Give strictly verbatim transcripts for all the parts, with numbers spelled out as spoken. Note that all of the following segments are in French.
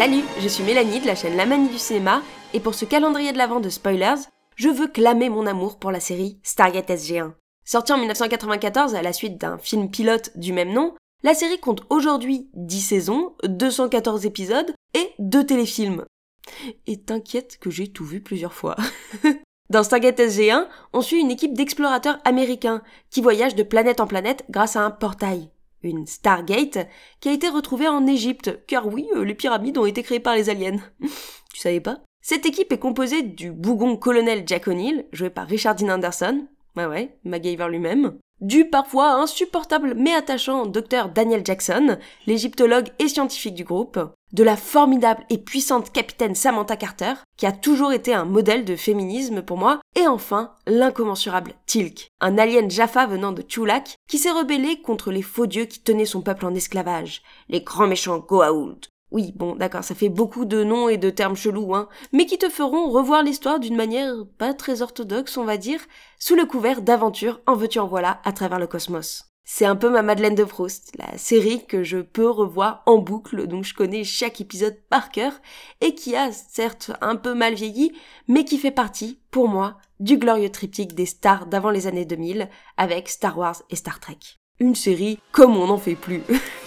Salut, je suis Mélanie de la chaîne La Manie du cinéma, et pour ce calendrier de l'Avent de spoilers, je veux clamer mon amour pour la série Stargate S G un. Sortie en dix-neuf cent quatre-vingt-quatorze à la suite d'un film pilote du même nom, la série compte aujourd'hui dix saisons, deux cent quatorze épisodes et deux téléfilms. Et t'inquiète que j'ai tout vu plusieurs fois. Dans Stargate S G un, on suit une équipe d'explorateurs américains qui voyagent de planète en planète grâce à un portail, une Stargate, qui a été retrouvée en Égypte, car oui, les pyramides ont été créées par les aliens. Tu savais pas ? Cette équipe est composée du bougon colonel Jack O'Neill, joué par Richard Dean Anderson, ouais ouais, MacGyver lui-même, du parfois insupportable mais attachant docteur Daniel Jackson, l'égyptologue et scientifique du groupe, de la formidable et puissante capitaine Samantha Carter, qui a toujours été un modèle de féminisme pour moi, et enfin, l'incommensurable Teal'c, un alien Jaffa venant de Chulak, qui s'est rebellé contre les faux dieux qui tenaient son peuple en esclavage, les grands méchants Goa'uld. Oui, bon, d'accord, ça fait beaucoup de noms et de termes chelous, hein, mais qui te feront revoir l'histoire d'une manière pas très orthodoxe, on va dire, sous le couvert d'aventures en veux-tu en voilà à travers le cosmos. C'est un peu ma Madeleine de Proust, la série que je peux revoir en boucle, dont je connais chaque épisode par cœur, et qui a certes un peu mal vieilli, mais qui fait partie, pour moi, du glorieux triptyque des stars d'avant les années deux mille, avec Star Wars et Star Trek. Une série comme on n'en fait plus.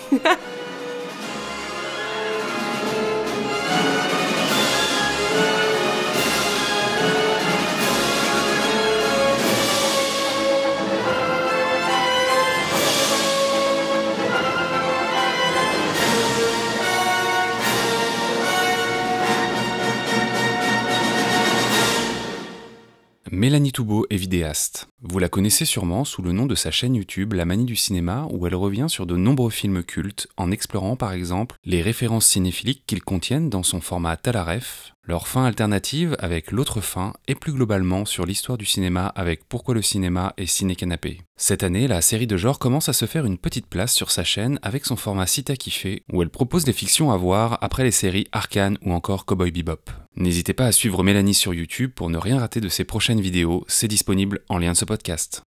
Mélanie Toubeau est vidéaste. Vous la connaissez sûrement sous le nom de sa chaîne YouTube La Manie du cinéma, où elle revient sur de nombreux films cultes en explorant par exemple les références cinéphiliques qu'ils contiennent dans son format Talaref, leur fin alternative avec L'autre fin et plus globalement sur l'histoire du cinéma avec Pourquoi le cinéma et Ciné Canapé. Cette année, la série de genre commence à se faire une petite place sur sa chaîne avec son format Si t'as kiffé, où elle propose des fictions à voir après les séries Arcane ou encore Cowboy Bebop. N'hésitez pas à suivre Mélanie sur YouTube pour ne rien rater de ses prochaines vidéos, c'est disponible en lien de ce podcast.